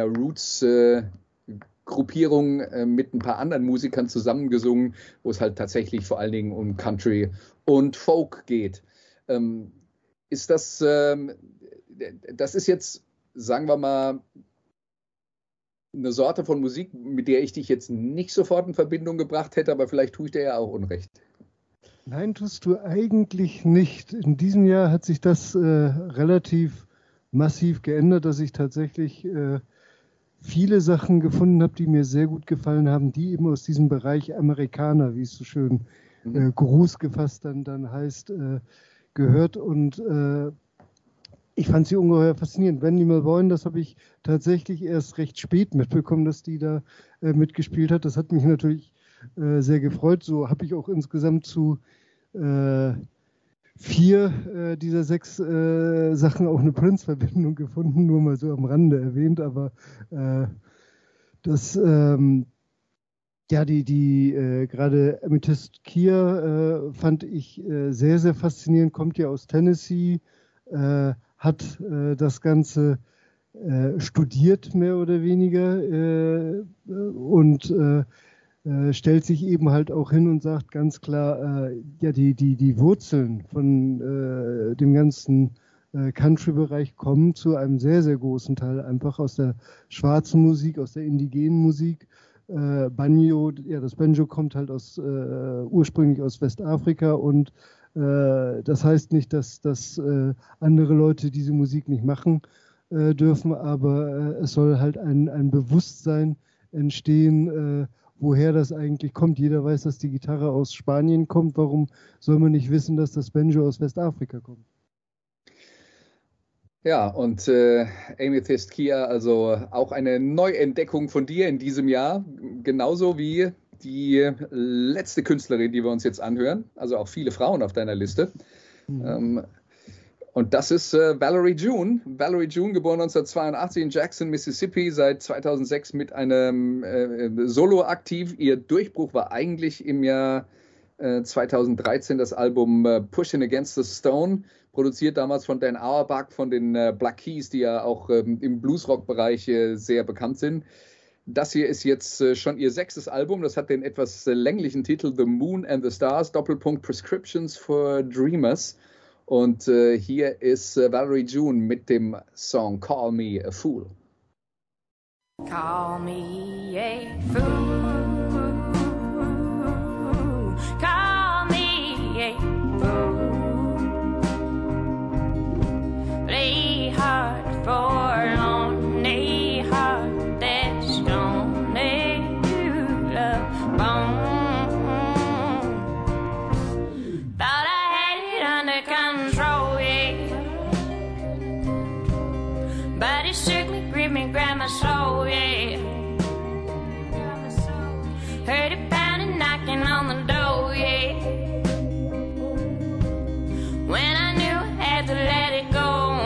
Roots-Gruppierung äh, äh, mit ein paar anderen Musikern zusammengesungen, wo es halt tatsächlich vor allen Dingen um Country und Folk geht. Ähm, ist das, ähm, das ist jetzt, sagen wir mal, eine Sorte von Musik, mit der ich dich jetzt nicht sofort in Verbindung gebracht hätte, aber vielleicht tue ich dir ja auch Unrecht. Nein, tust du eigentlich nicht. In diesem Jahr hat sich das äh, relativ massiv geändert, dass ich tatsächlich äh, viele Sachen gefunden habe, die mir sehr gut gefallen haben, die eben aus diesem Bereich Amerikaner, wie es so schön äh, Gruß gefasst dann, dann heißt, äh, gehört. Und äh, ich fand sie ungeheuer faszinierend. Wendy Melvoin, das habe ich tatsächlich erst recht spät mitbekommen, dass die da äh, mitgespielt hat. Das hat mich natürlich äh, sehr gefreut. So habe ich auch insgesamt zu äh, vier äh, dieser sechs äh, Sachen auch eine Prince-Verbindung gefunden, nur mal so am Rande erwähnt, aber äh, das, ähm, ja, die, die äh, gerade Amethyst Kia äh, fand ich äh, sehr, sehr faszinierend, kommt ja aus Tennessee, äh, hat äh, das Ganze äh, studiert, mehr oder weniger, äh, und äh, Äh, stellt sich eben halt auch hin und sagt ganz klar, äh, ja, die, die, die Wurzeln von äh, dem ganzen äh, Country-Bereich kommen zu einem sehr, sehr großen Teil einfach aus der schwarzen Musik, aus der indigenen Musik. Äh, Banjo, ja, das Banjo kommt halt aus, äh, ursprünglich aus Westafrika und äh, das heißt nicht, dass, dass äh, andere Leute diese Musik nicht machen äh, dürfen, aber äh, es soll halt ein, ein Bewusstsein entstehen, äh, woher das eigentlich kommt. Jeder weiß, dass die Gitarre aus Spanien kommt. Warum soll man nicht wissen, dass das Banjo aus Westafrika kommt? Ja, und äh, Amethyst Kia, also auch eine Neuentdeckung von dir in diesem Jahr, genauso wie die letzte Künstlerin, die wir uns jetzt anhören. Also auch viele Frauen auf deiner Liste. Mhm. Ähm, Und das ist äh, Valerie June. Valerie June, geboren neunzehnhundertzweiundachtzig in Jackson, Mississippi, seit zweitausendsechs mit einem äh, Solo aktiv. Ihr Durchbruch war eigentlich im Jahr äh, zweitausenddreizehn das Album äh, Pushing Against the Stone, produziert damals von Dan Auerbach von den äh, Black Keys, die ja auch ähm, im Bluesrock-Bereich äh, sehr bekannt sind. Das hier ist jetzt äh, schon ihr sechstes Album. Das hat den etwas äh, länglichen Titel The Moon and the Stars, Doppelpunkt Prescriptions for Dreamers. Und äh, hier ist äh, Valerie June mit dem Song Call Me a Fool. Call me a fool. Call me a fool. Play hard for lonely heart that's lonely love bone. Thought I had it under control, yeah. But it shook me, gripped me, grabbed my soul, yeah. Heard it pounding, knocking on the door, yeah. When I knew I had to let it go.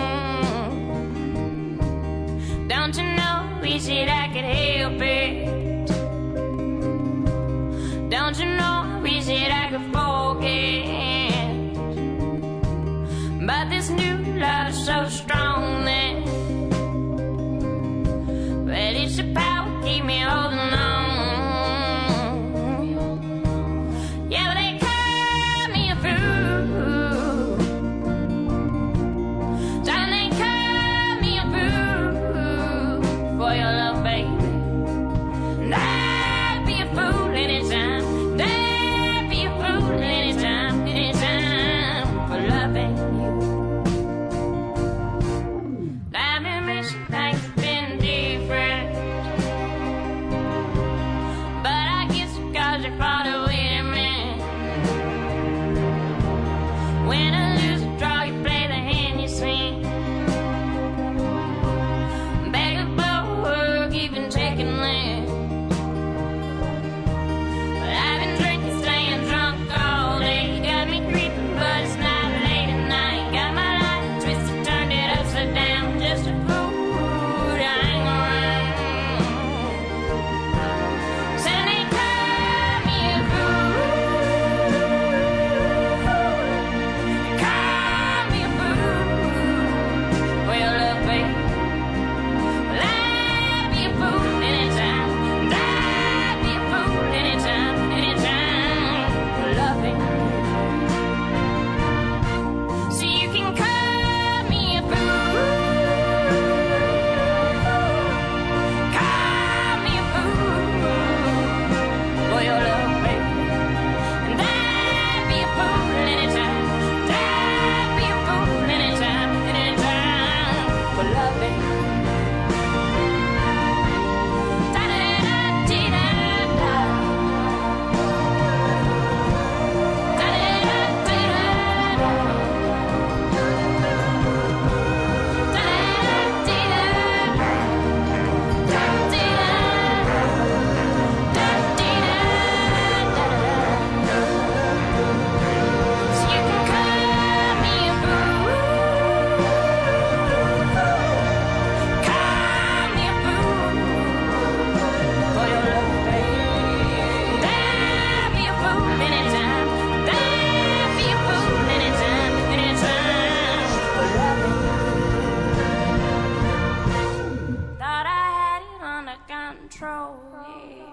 Don't you know, wish that I could help it. Don't you know love is so strong that, well, it's the power keep me holding on. Yeah, well, they call me a fool. Darling, they call me a fool for your love, baby. And I'd be a fool anytime. And I'd be a fool anytime, anytime for loving you. I've been missing things have been different, but I guess because you're far away to me. When I lose a draw, you play the hand you swing. Beg a blow, give and take and live. But I've been drinking, staying drunk all day. You got me creeping, but it's not late at night. Got my life twisted, turned it upside down. Just a fool to hang around. Said they call me a fool. Call me a fool for your love, baby. Well, I'd be a fool anytime. And I'd be a fool anytime, anytime for loving you. So you can call me a fool. Call me a fool for your love, baby. And I'd be a fool anytime. And I'd be a fool anytime, anytime for loving you. Da-da-da-dee-da-da. So you can call me a fool. Call me a fool for your love, baby. And I'd be a fool anytime. And I'd be a fool anytime, anytime for loving you. Thought I had it under control, yeah.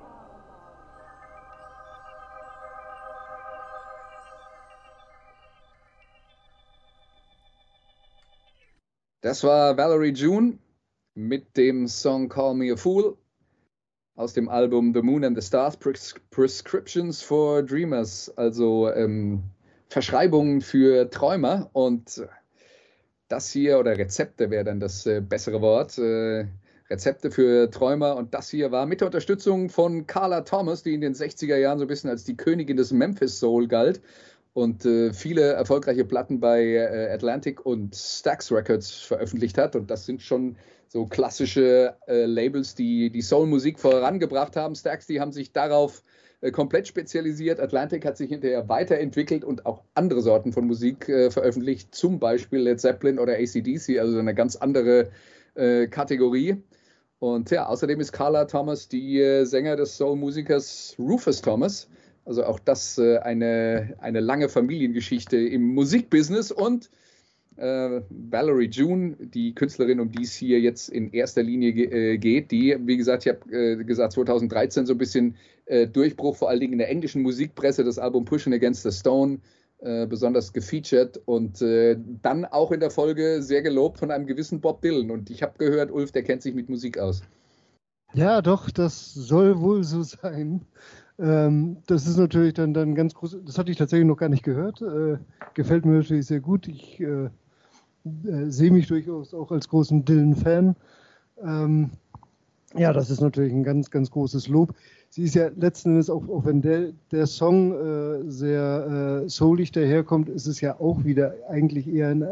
Das war Valerie June mit dem Song Call Me a Fool aus dem Album The Moon and the Stars, Pres Prescriptions for Dreamers, also ähm, Verschreibungen für Träumer. Und das hier, oder Rezepte wäre dann das äh, bessere Wort, äh, Rezepte für Träumer. Und das hier war mit der Unterstützung von Carla Thomas, die in den sechziger Jahren so ein bisschen als die Königin des Memphis Soul galt und äh, viele erfolgreiche Platten bei äh, Atlantic und Stax Records veröffentlicht hat. Und das sind schon so klassische äh, Labels, die die Soul-Musik vorangebracht haben. Stax, die haben sich darauf äh, komplett spezialisiert. Atlantic hat sich hinterher weiterentwickelt und auch andere Sorten von Musik äh, veröffentlicht, zum Beispiel Led Zeppelin oder A C D C, also eine ganz andere äh, Kategorie. Und ja, außerdem ist Carla Thomas die äh, Sänger des Soul-Musikers Rufus Thomas. Also auch das äh, eine, eine lange Familiengeschichte im Musikbusiness. Und äh, Valerie June, die Künstlerin, um die es hier jetzt in erster Linie ge äh, geht, die, wie gesagt, ich habe äh, gesagt, zweitausenddreizehn so ein bisschen äh, Durchbruch, vor allen Dingen in der englischen Musikpresse, das Album Pushing Against the Stone, äh, besonders gefeatured und äh, dann auch in der Folge sehr gelobt von einem gewissen Bob Dylan. Und ich habe gehört, Ulf, der kennt sich mit Musik aus. Ja, doch, das soll wohl so sein. Ähm, das ist natürlich dann, dann ganz groß, das hatte ich tatsächlich noch gar nicht gehört, äh, gefällt mir natürlich sehr gut. Ich äh, äh, sehe mich durchaus auch als großen Dylan-Fan. Ähm, ja, das ist natürlich ein ganz, ganz großes Lob. Sie ist ja letzten Endes, auch, auch wenn der, der Song äh, sehr äh, soulig daherkommt, ist es ja auch wieder eigentlich eher ein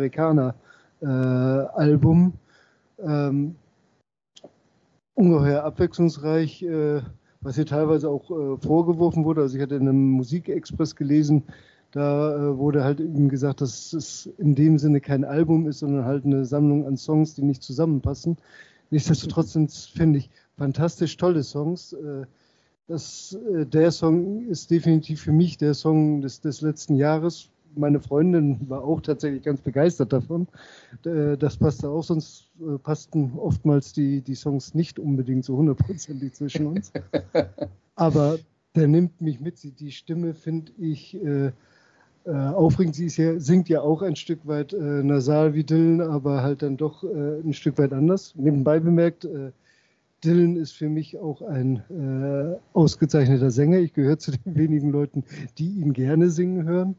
Amerikaner-Album. Äh, ähm, ungeheuer abwechslungsreich, äh, was hier teilweise auch äh, vorgeworfen wurde. Also ich hatte in einem Musikexpress gelesen, da äh, wurde halt eben gesagt, dass es in dem Sinne kein Album ist, sondern halt eine Sammlung an Songs, die nicht zusammenpassen. Nichtsdestotrotz sind es, finde ich, fantastisch tolle Songs. Äh, das, äh, der Song ist definitiv für mich der Song des, des letzten Jahres, meine Freundin war auch tatsächlich ganz begeistert davon. Das passte auch, sonst passten oftmals die, die Songs nicht unbedingt so hundertprozentig zwischen uns. Aber der nimmt mich mit. Die Stimme finde ich äh, äh, aufregend. Sie ist ja, singt ja auch ein Stück weit äh, nasal wie Dylan, aber halt dann doch äh, ein Stück weit anders. Nebenbei bemerkt, äh, Dylan ist für mich auch ein äh, ausgezeichneter Sänger. Ich gehöre zu den wenigen Leuten, die ihn gerne singen hören.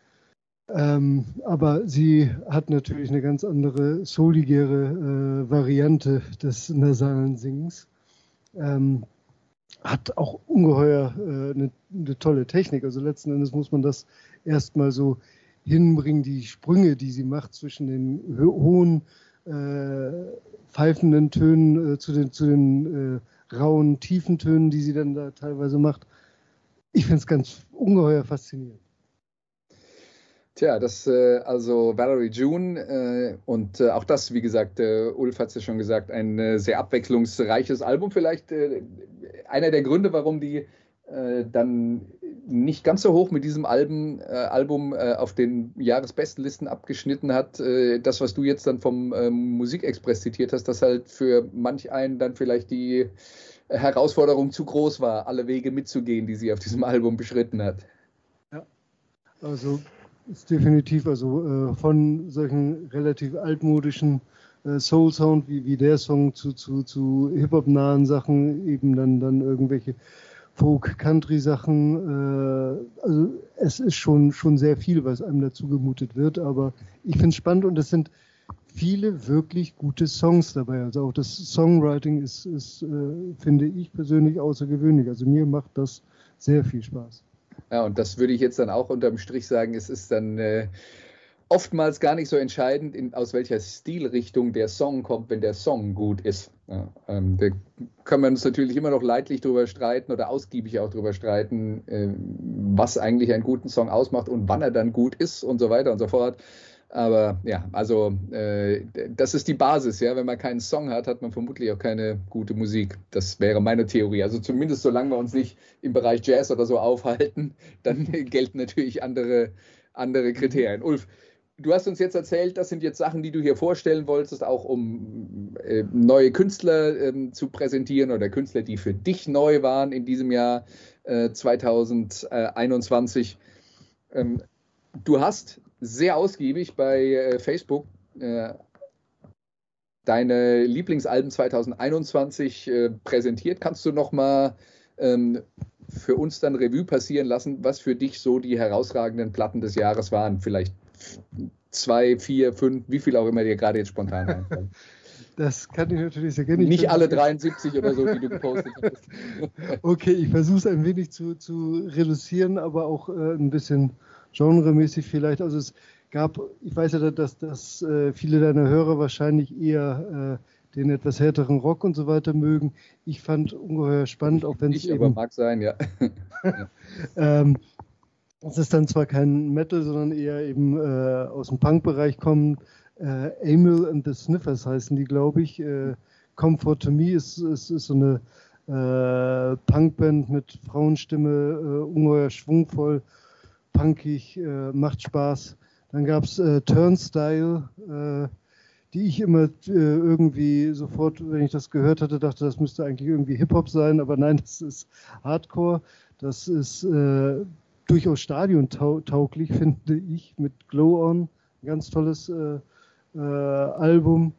Ähm, aber sie hat natürlich eine ganz andere, souligere äh, Variante des nasalen Singens. Ähm, hat auch ungeheuer äh, eine, eine tolle Technik. Also letzten Endes muss man das erstmal so hinbringen, die Sprünge, die sie macht zwischen den ho- hohen, äh, pfeifenden Tönen äh, zu den, zu den äh, rauen, tiefen Tönen, die sie dann da teilweise macht. Ich finde es ganz ungeheuer faszinierend. Tja, das äh, also Valerie June äh, und äh, auch das, wie gesagt, äh, Ulf hat es ja schon gesagt, ein äh, sehr abwechslungsreiches Album. Vielleicht äh, einer der Gründe, warum die äh, dann nicht ganz so hoch mit diesem Album, äh, Album äh, auf den Jahresbestenlisten abgeschnitten hat. Äh, das, was du jetzt dann vom äh, Musikexpress zitiert hast, dass halt für manch einen dann vielleicht die Herausforderung zu groß war, alle Wege mitzugehen, die sie auf diesem Album beschritten hat. Ja, also ist definitiv, also äh, von solchen relativ altmodischen äh, Soul-Sound wie, wie der Song zu, zu, zu Hip-Hop-nahen Sachen, eben dann, dann irgendwelche Folk-Country-Sachen. Äh, also es ist schon, schon sehr viel, was einem dazu gemutet wird, aber ich finde es spannend und es sind viele wirklich gute Songs dabei. Also auch das Songwriting ist, ist äh, finde ich persönlich außergewöhnlich. Also mir macht das sehr viel Spaß. Ja, und das würde ich jetzt dann auch unterm Strich sagen, es ist dann äh, oftmals gar nicht so entscheidend, in, aus welcher Stilrichtung der Song kommt, wenn der Song gut ist. Ja, ähm, da können wir uns natürlich immer noch leidlich drüber streiten oder ausgiebig auch drüber streiten, äh, was eigentlich einen guten Song ausmacht und wann er dann gut ist und so weiter und so fort. Aber ja, also äh, das ist die Basis, ja. Wenn man keinen Song hat, hat man vermutlich auch keine gute Musik. Das wäre meine Theorie. Also zumindest solange wir uns nicht im Bereich Jazz oder so aufhalten, dann gelten natürlich andere, andere Kriterien. Ulf, du hast uns jetzt erzählt, das sind jetzt Sachen, die du hier vorstellen wolltest, auch um äh, neue Künstler äh, zu präsentieren oder Künstler, die für dich neu waren in diesem Jahr äh, zwanzig einundzwanzig. Ähm, du hast sehr ausgiebig bei äh, Facebook äh, deine Lieblingsalben zwanzig einundzwanzig äh, präsentiert. Kannst du noch mal ähm, für uns dann Revue passieren lassen, was für dich so die herausragenden Platten des Jahres waren? Vielleicht zwei, vier, fünf, wie viel auch immer dir gerade jetzt spontan einfallen. Das kann ich natürlich sehr gerne. Nicht alle dreiundsiebzig oder so, die du gepostet hast. Okay, ich versuche es ein wenig zu, zu reduzieren, aber auch äh, ein bisschen genremäßig vielleicht. Also es gab, ich weiß ja, dass, dass äh, viele deiner Hörer wahrscheinlich eher äh, den etwas härteren Rock und so weiter mögen. Ich fand ungeheuer spannend, auch wenn es eben... aber mag sein, ja. ähm, es ist dann zwar kein Metal, sondern eher eben äh, aus dem Punk-Bereich kommen. Äh, Emil and the Sniffers heißen die, glaube ich. Äh, Comfort to Me ist, ist, ist so eine äh, Punkband mit Frauenstimme, äh, ungeheuer schwungvoll, punkig, äh, macht Spaß. Dann gab es äh, Turnstile, äh, die ich immer äh, irgendwie sofort, wenn ich das gehört hatte, dachte, das müsste eigentlich irgendwie Hip-Hop sein, aber nein, das ist Hardcore. Das ist äh, durchaus stadiontauglich, finde ich, mit Glow On. Ein ganz tolles äh, äh, Album.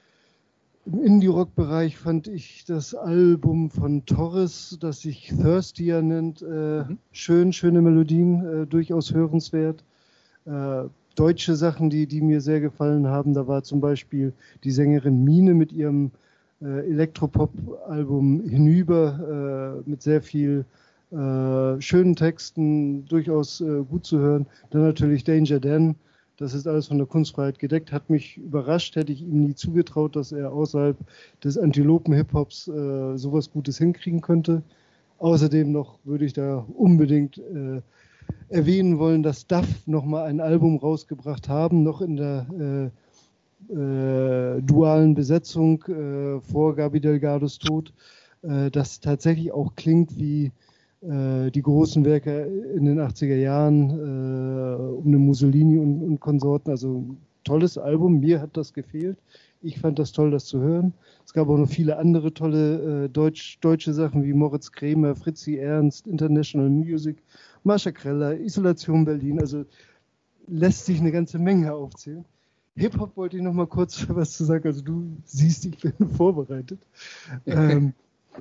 Im Indie-Rock-Bereich fand ich das Album von Torres, das sich Thirstier nennt, äh, mhm. schön, schöne Melodien, äh, durchaus hörenswert. Äh, deutsche Sachen, die, die mir sehr gefallen haben, da war zum Beispiel die Sängerin Mine mit ihrem äh, Elektropop-Album Hinüber, äh, mit sehr viel äh, schönen Texten, durchaus äh, gut zu hören. Dann natürlich Danger Dan. Das ist alles von der Kunstfreiheit gedeckt. Hat mich überrascht, hätte ich ihm nie zugetraut, dass er außerhalb des Antilopen-Hip-Hops äh, sowas Gutes hinkriegen könnte. Außerdem noch würde ich da unbedingt äh, erwähnen wollen, dass Duff nochmal ein Album rausgebracht haben, noch in der äh, äh, dualen Besetzung äh, vor Gaby Delgados Tod, äh, das tatsächlich auch klingt wie äh, die großen Werke in den achtziger Jahren, äh, um den Mussolini und, und Konsorten. Also tolles Album, mir hat das gefehlt. Ich fand das toll, das zu hören. Es gab auch noch viele andere tolle äh, Deutsch, deutsche Sachen wie Moritz Kremer, Fritzi Ernst, International Music, Marsha Kreller, Isolation Berlin. Also lässt sich eine ganze Menge aufzählen. Hip-Hop wollte ich noch mal kurz was zu sagen. Also du siehst, ich bin vorbereitet. ähm,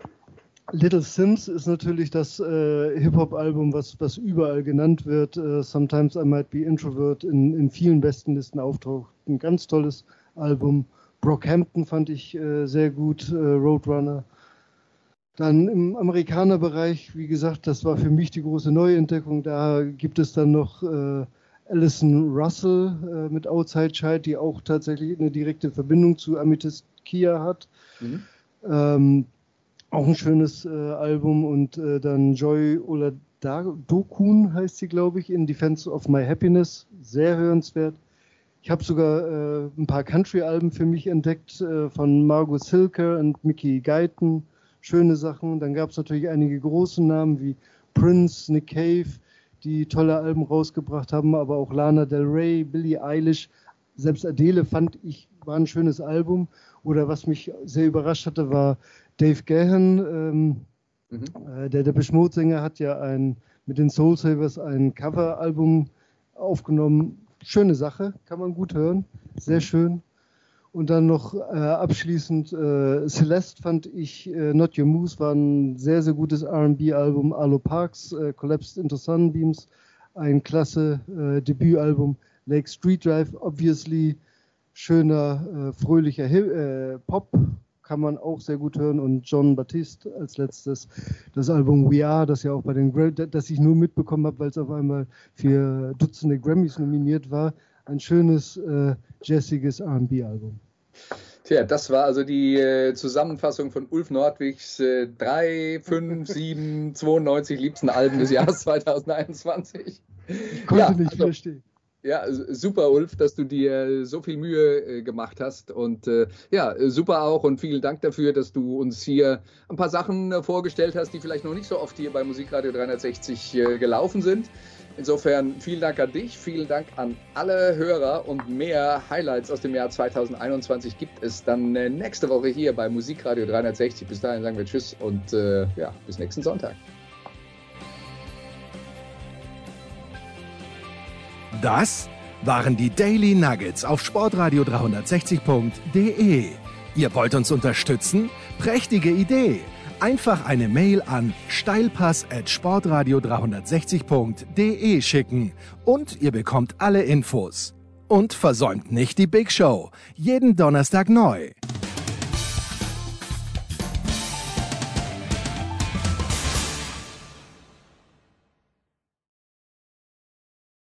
Little Sims ist natürlich das äh, Hip-Hop-Album, was, was überall genannt wird. Uh, Sometimes I Might Be Introvert in, in vielen Bestenlisten auftaucht. Ein ganz tolles Album. Brockhampton fand ich äh, sehr gut, äh, Roadrunner. Dann im Amerikanerbereich, wie gesagt, das war für mich die große Neuentdeckung. Da gibt es dann noch äh, Alison Russell äh, mit Outside Child, die auch tatsächlich eine direkte Verbindung zu Amethyst Kia hat. Mhm. Ähm, auch ein schönes äh, Album. Und äh, dann Joy Oladokun heißt sie, glaube ich, in Defense of My Happiness. Sehr hörenswert. Ich habe sogar äh, ein paar Country-Alben für mich entdeckt äh, von Margot Silker und Mickey Guyton. Schöne Sachen. Dann gab es natürlich einige große Namen wie Prince, Nick Cave, die tolle Alben rausgebracht haben, aber auch Lana Del Rey, Billie Eilish. Selbst Adele fand ich, war ein schönes Album. Oder was mich sehr überrascht hatte, war Dave Gahan. Ähm, mhm. äh, der Depeche Mode-Sänger hat ja ein, mit den Soul Savers ein Coveralbum aufgenommen. Schöne Sache, kann man gut hören, sehr schön. Und dann noch äh, abschließend äh, Celeste fand ich, äh, Not Your Moves war ein sehr, sehr gutes R and B-Album. Arlo Parks, äh, Collapsed into Sunbeams, ein klasse äh, Debütalbum. Lake Street Drive, obviously, schöner, äh, fröhlicher äh, Pop, kann man auch sehr gut hören. Und John Batiste als letztes das Album We Are, das ja auch bei den Gra- das ich nur mitbekommen habe, weil es auf einmal für Dutzende Grammys nominiert war. Ein schönes, äh, jazziges R and B-Album. Tja, das war also die äh, Zusammenfassung von Ulf Nordwigs äh, drei, fünf, sieben, zweiundneunzig liebsten Alben des Jahres zwanzig einundzwanzig. Ich konnte ja, nicht also, verstehen. Ja, super, Ulf, dass du dir so viel Mühe äh, gemacht hast und äh, ja, super auch und vielen Dank dafür, dass du uns hier ein paar Sachen äh, vorgestellt hast, die vielleicht noch nicht so oft hier bei Musikradio dreihundertsechzig äh, gelaufen sind. Insofern vielen Dank an dich, vielen Dank an alle Hörer und mehr Highlights aus dem Jahr zwanzig einundzwanzig gibt es dann äh, nächste Woche hier bei Musikradio dreihundertsechzig. Bis dahin sagen wir Tschüss und äh, ja, bis nächsten Sonntag. Das waren die Daily Nuggets auf sportradio dreihundertsechzig punkt de. Ihr wollt uns unterstützen? Prächtige Idee! Einfach eine Mail an steilpass at sportradio dreihundertsechzig punkt de schicken und ihr bekommt alle Infos. Und versäumt nicht die Big Show. Jeden Donnerstag neu.